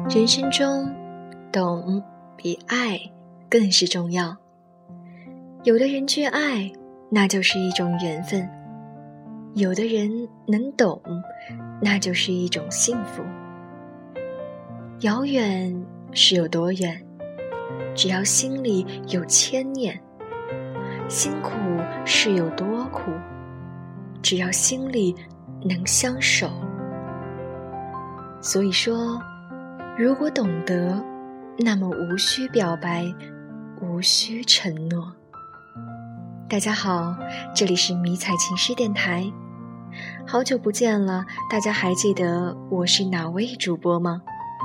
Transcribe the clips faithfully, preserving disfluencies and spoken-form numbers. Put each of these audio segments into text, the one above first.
人生中，懂比爱更是重要。有的人去爱，那就是一种缘分；有的人能懂，那就是一种幸福。遥远是有多远，只要心里有牵念；辛苦是有多苦，只要心里能相守。所以说，如果懂得，那么无需表白，无需承诺。大家好，这里是迷彩情诗电台。好久不见了，大家还记得我是哪位主播吗？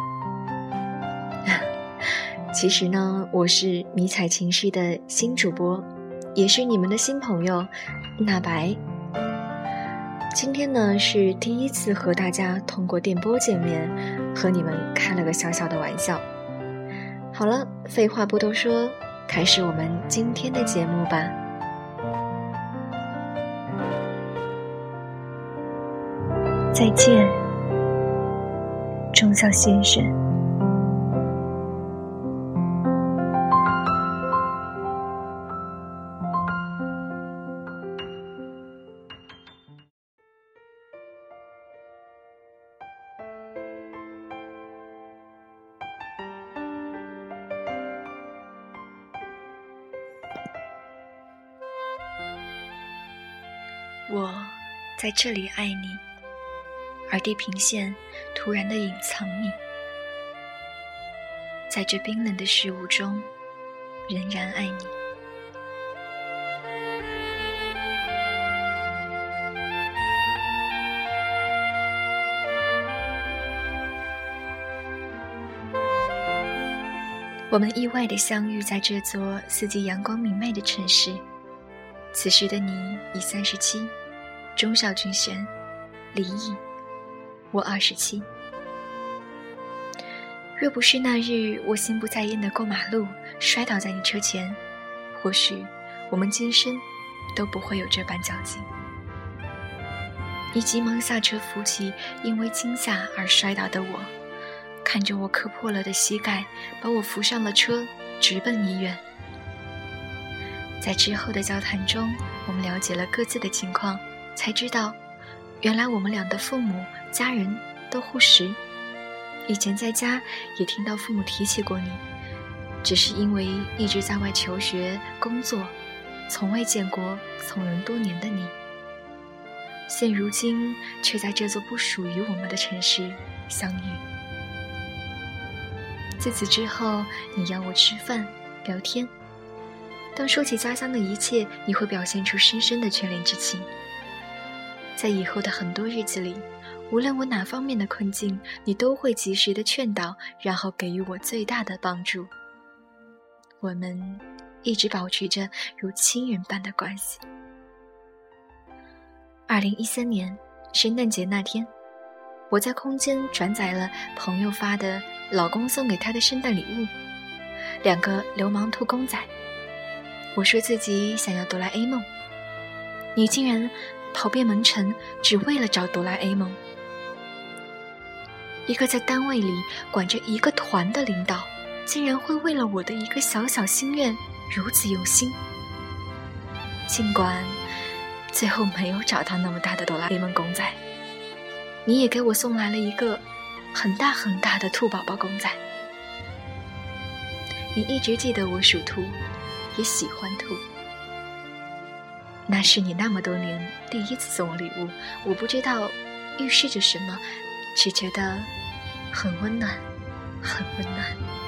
其实呢，我是迷彩情诗的新主播，也是你们的新朋友娜白。今天呢，是第一次和大家通过电波见面，和你们开了个小小的玩笑。好了，废话不多说，开始我们今天的节目吧。再见，钟孝先生。我在这里爱你，而地平线突然地隐藏你，在这冰冷的事物中仍然爱你。我们意外地相遇在这座四季阳光明媚的城市，此时的你已三十七，钟少君璇，离异，我二十七。若不是那日我心不在焉地过马路，摔倒在你车前，或许我们今生都不会有这般交集。你急忙下车扶起因为惊吓而摔倒的我，看着我磕破了的膝盖，把我扶上了车，直奔医院。在之后的交谈中，我们了解了各自的情况，才知道原来我们俩的父母家人都护食。以前在家也听到父母提起过你，只是因为一直在外求学工作，从未见过从人多年的你。现如今却在这座不属于我们的城市相遇。自此之后，你邀我吃饭聊天，当说起家乡的一切，你会表现出深深的眷恋之情。在以后的很多日子里，无论我哪方面的困境，你都会及时的劝导，然后给予我最大的帮助。我们一直保持着如亲人般的关系。二零一三年圣诞节那天，我在空间转载了朋友发的老公送给他的圣诞礼物，两个流氓兔公仔。我说自己想要哆啦 A 梦，你竟然跑遍蒙城只为了找哆啦 A 梦。一个在单位里管着一个团的领导，竟然会为了我的一个小小心愿如此用心。尽管最后没有找到那么大的哆啦 A 梦公仔，你也给我送来了一个很大很大的兔宝宝公仔。你一直记得我属兔，也喜欢兔。那是你那么多年第一次送我礼物，我不知道预示着什么，只觉得很温暖，很温暖。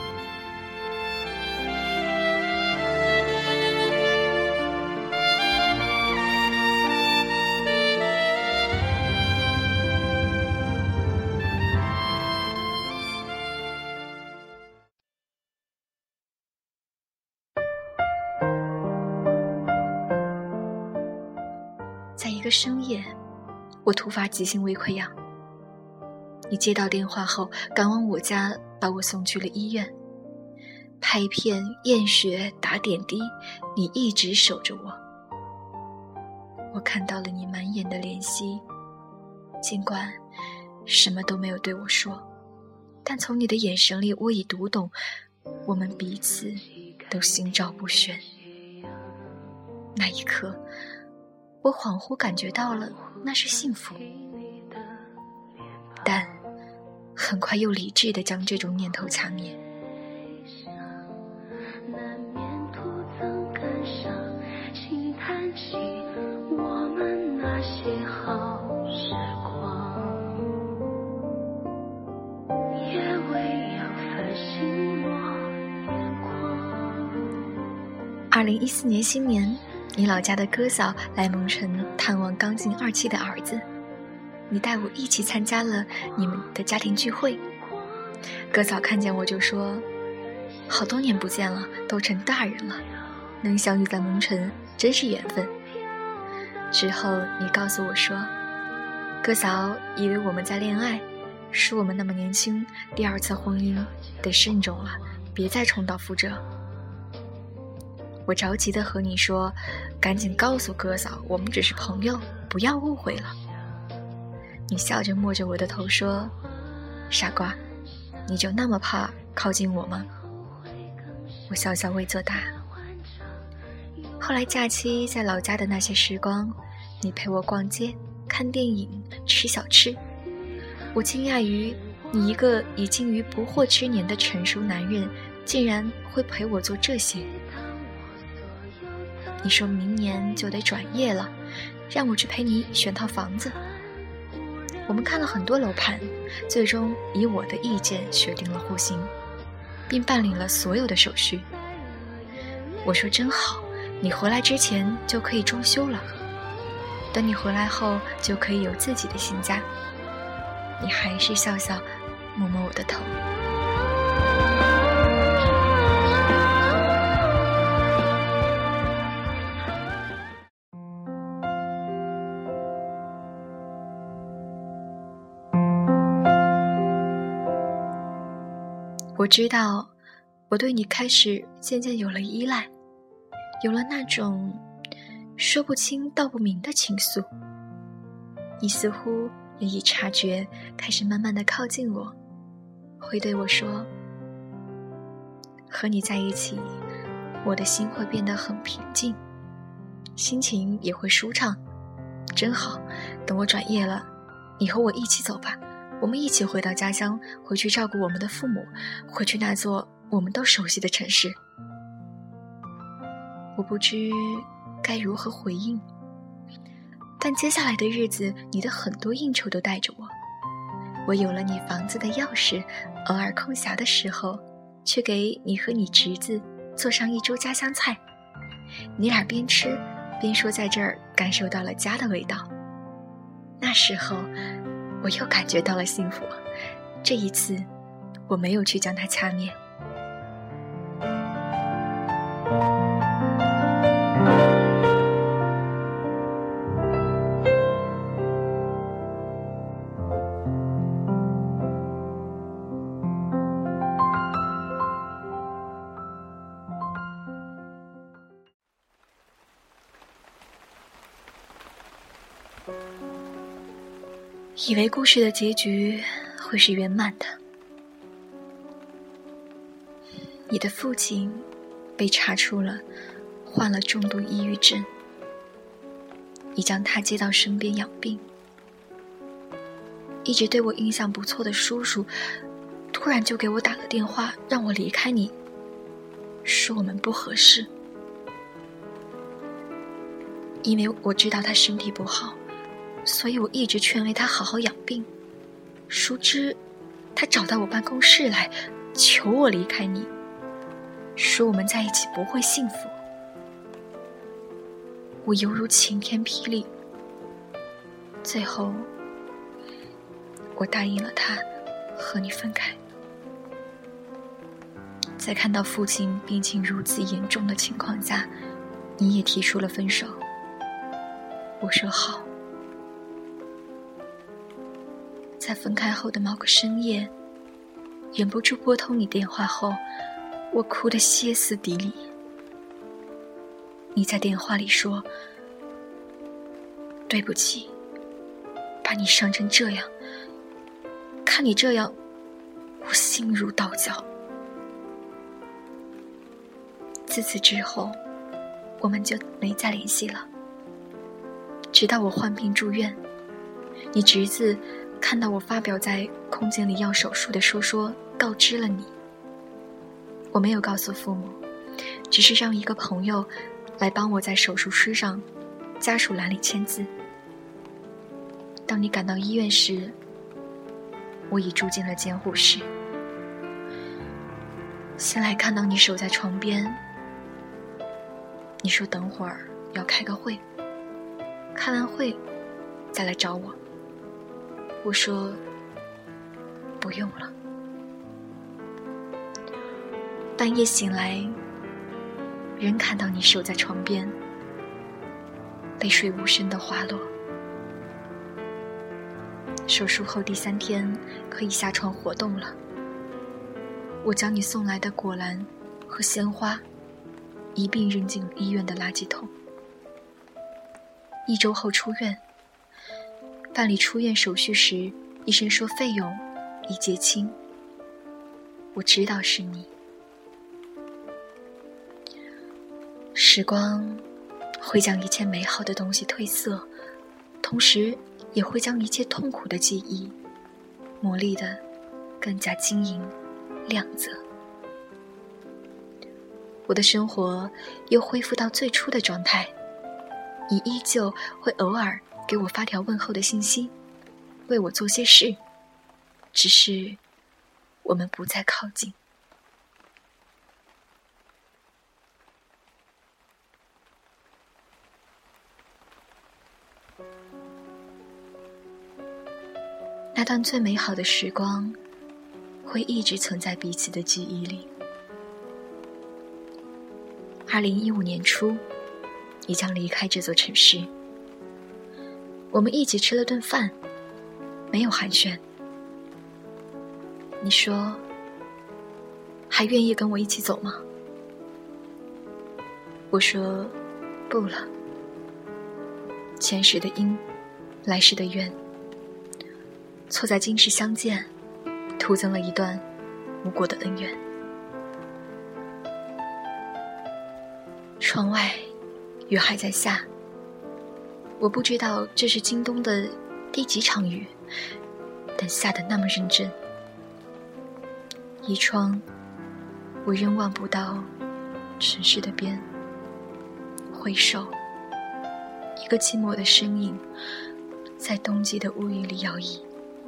在一个深夜，我突发急性胃溃疡，你接到电话后赶往我家，把我送去了医院。拍片、验血、打点滴，你一直守着我。我看到了你满眼的怜惜，尽管什么都没有对我说。 但从你的眼神里我已读懂，我们彼此都心照不宣。那一刻，我恍惚感觉到了那是幸福，但很快又理智地将这种念头掐灭。二零一四年新年，你老家的哥嫂来蒙城探望刚进二期的儿子，你带我一起参加了你们的家庭聚会。哥嫂看见我就说，好多年不见了，都成大人了，能相遇在蒙城真是缘分。之后你告诉我说，哥嫂以为我们在恋爱，说我们那么年轻，第二次婚姻得慎重了，别再重蹈覆辙。我着急地和你说，赶紧告诉哥嫂，我们只是朋友，不要误会了。你笑着摸着我的头说，傻瓜，你就那么怕靠近我吗？我笑笑未作答。后来假期在老家的那些时光，你陪我逛街、看电影、吃小吃，我惊讶于你一个已经于不惑之年的成熟男人，竟然会陪我做这些。你说明年就得转业了，让我去陪你选套房子。我们看了很多楼盘，最终以我的意见决定了户型，并办理了所有的手续。我说真好，你回来之前就可以装修了，等你回来后就可以有自己的新家。你还是笑笑摸摸我的头。我知道我对你开始渐渐有了依赖，有了那种说不清道不明的情愫。你似乎也已察觉，开始慢慢地靠近我，会对我说，和你在一起，我的心会变得很平静，心情也会舒畅，真好，等我转业了，你和我一起走吧，我们一起回到家乡，回去照顾我们的父母，回去那座我们都熟悉的城市。我不知该如何回应，但接下来的日子，你的很多应酬都带着我。我有了你房子的钥匙，偶尔空暇的时候，去给你和你侄子做上一桌家乡菜。你俩边吃边说，在这儿感受到了家的味道。那时候我又感觉到了幸福，这一次我没有去将它掐灭。以为故事的结局会是圆满的，你的父亲被查出了患了重度抑郁症，你将他接到身边养病。一直对我印象不错的叔叔突然就给我打了电话，让我离开你，说我们不合适。因为我知道他身体不好，所以我一直劝慰他好好养病，殊知他找到我办公室来，求我离开你，说我们在一起不会幸福。我犹如晴天霹雳，最后我答应了他和你分开。在看到父亲病情如此严重的情况下，你也提出了分手。我说好。在分开后的某个深夜，忍不住拨通你电话后，我哭得歇斯底里。你在电话里说，对不起，把你伤成这样，看你这样， 我心如刀绞。自此之后，我们就没再联系了。直到我患病住院，你侄子看到我发表在空间里要手术的说说，告知了你。我没有告诉父母，只是让一个朋友来帮我在手术书上家属栏里签字。当你赶到医院时，我已住进了监护室。醒来看到你守在床边，你说等会儿要开个会，开完会再来找我。我说不用了。半夜醒来，仍看到你守在床边，泪水无声地滑落。手术后第三天可以下床活动了，我将你送来的果篮和鲜花一并扔进医院的垃圾桶。一周后出院，办理出院手续时，医生说费用已结清。我知道是你。时光会将一切美好的东西褪色，同时也会将一切痛苦的记忆磨砺得更加晶莹亮泽。我的生活又恢复到最初的状态，你依旧会偶尔给我发条问候的信息，为我做些事，只是我们不再靠近。那段最美好的时光会一直存在彼此的记忆里。二零一五年初，你将离开这座城市，我们一起吃了顿饭，没有寒暄。你说还愿意跟我一起走吗？我说不了。前世的因，来世的缘，错在今世相见，徒增了一段无果的恩怨。窗外雨还在下，我不知道这是今冬的第几场雨，但下得那么认真。一窗，我仍望不到城市的边，回首，一个寂寞的身影在冬季的乌云里摇曳。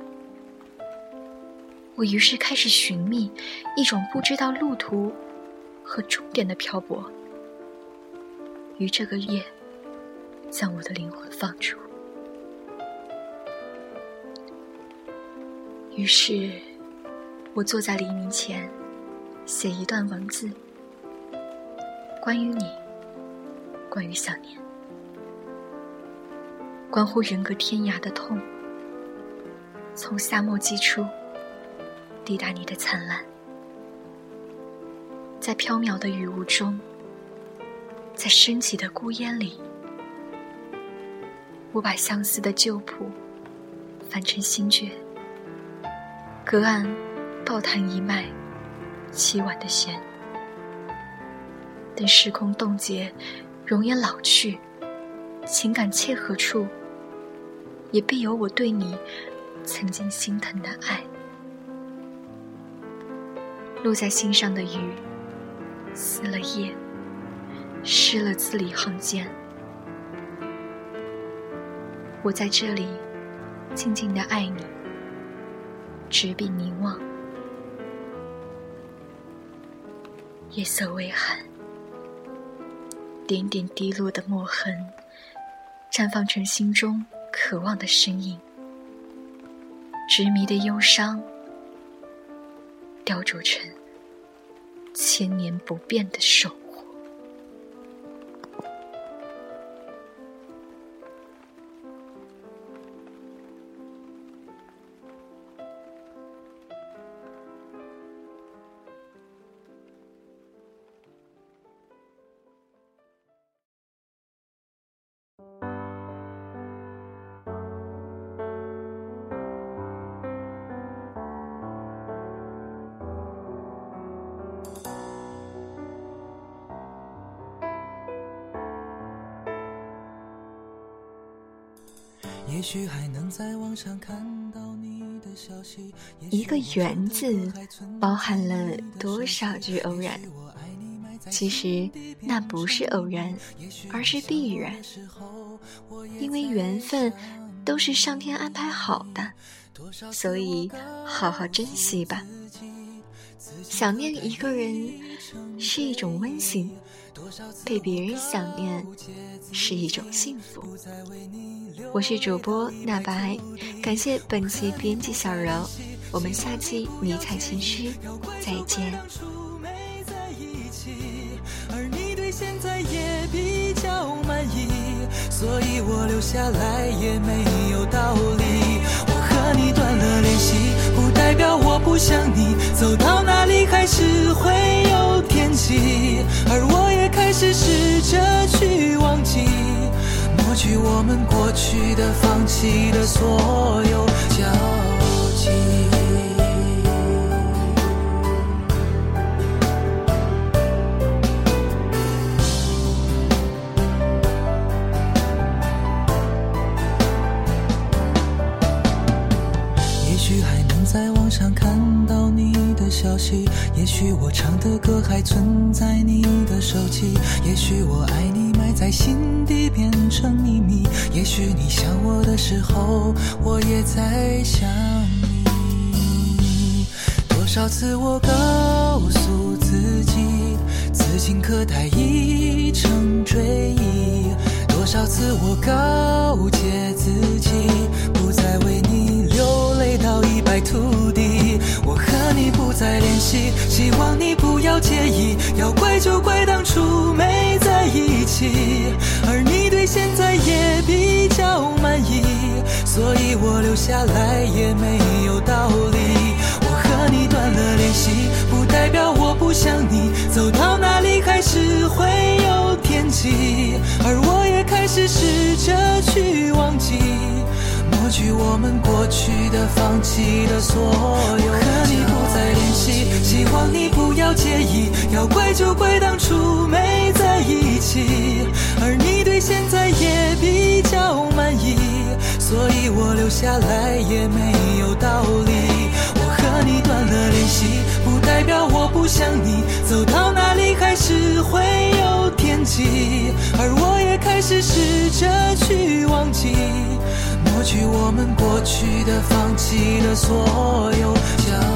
我于是开始寻觅一种不知道路途和终点的漂泊，于这个夜将我的灵魂放逐。于是我坐在黎明前写一段文字，关于你，关于想念，关乎人隔天涯的痛，从夏末寄出，抵达你的灿烂。在缥缈的雨雾中，在升起的孤烟里，我把相思的旧谱翻成新卷，隔岸抱弹一脉凄婉的弦。等时空冻结，容颜老去，情感切合处，也必有我对你曾经心疼的爱。落在心上的雨，撕了叶，湿了字里行间。我在这里静静地爱你，执笔凝望。夜色微寒，点点滴落的墨痕绽放成心中渴望的身影，执迷的忧伤雕琢成千年不变的守护。 也许还能在网上看到你的消息。 一个缘字包含了多少句偶然？其实那不是偶然，而是必然，因为缘分都是上天安排好的，所以好好珍惜吧。想念一个人是一种温馨，被别人想念是一种幸福。我是主播娜白，感谢本期编辑小柔，我们下期迷彩情诗再见。 而你对现在也比较满意，所以我留下来也没有道理。我和你断了联系，不代表我不想你，走到哪里还是会有天际。而我也开始试着去忘记，抹去我们过去的放弃的所有交集。在网上看到你的消息，也许我唱的歌还存在你的手机，也许我爱你埋在心底变成秘密，也许你想我的时候我也在想你。多少次我告诉自己此情可待已成追忆，多少次我告诫自己不再为你流泪到一败涂地。我和你不再联系，希望你不要介意，要怪就怪当初没在一起。而你对现在也比较满意，所以我留下来也没有道理。我和你断了联系，不代表我不想你，走到哪里还是会有天际。而我也开始试着去忘记，抹去我们过去的放弃的所有。和你不再联系，希望你不要介意，要怪就怪当初没在一起。而你对现在也比较满意，所以我留下来也没有道理。我和你断了联系，不代表我不想你，走到哪里还是会有天际。而我也开始试着去忘记，抹去我们过去的放弃的所有交